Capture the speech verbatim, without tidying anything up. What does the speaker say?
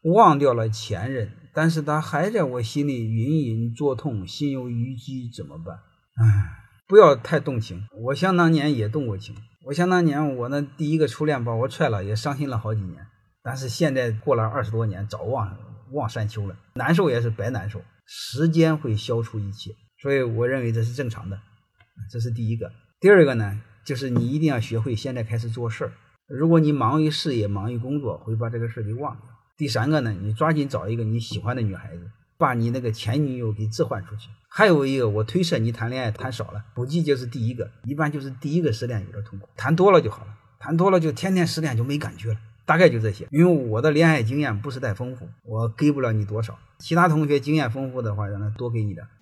忘掉了前任，但是他还在我心里隐隐作痛，心有余悸，怎么办？唉，不要太动情，我想当年也动过情，我想当年我那第一个初恋把我踹了，也伤心了好几年，但是现在过了二十多年，早忘忘山丘了，难受也是白难受，时间会消除一切，所以我认为这是正常的，这是第一个。第二个呢，就是你一定要学会现在开始做事儿，如果你忙于事业忙于工作，会把这个事给忘掉。第三个呢，你抓紧找一个你喜欢的女孩子，把你那个前女友给置换出去。还有一个，我推测你谈恋爱谈少了，估计就是第一个，一般就是第一个失恋有点痛苦，谈多了就好了，谈多了就天天失恋就没感觉了，大概就这些。因为我的恋爱经验不是太丰富，我给不了你多少，其他同学经验丰富的话让他多给你点。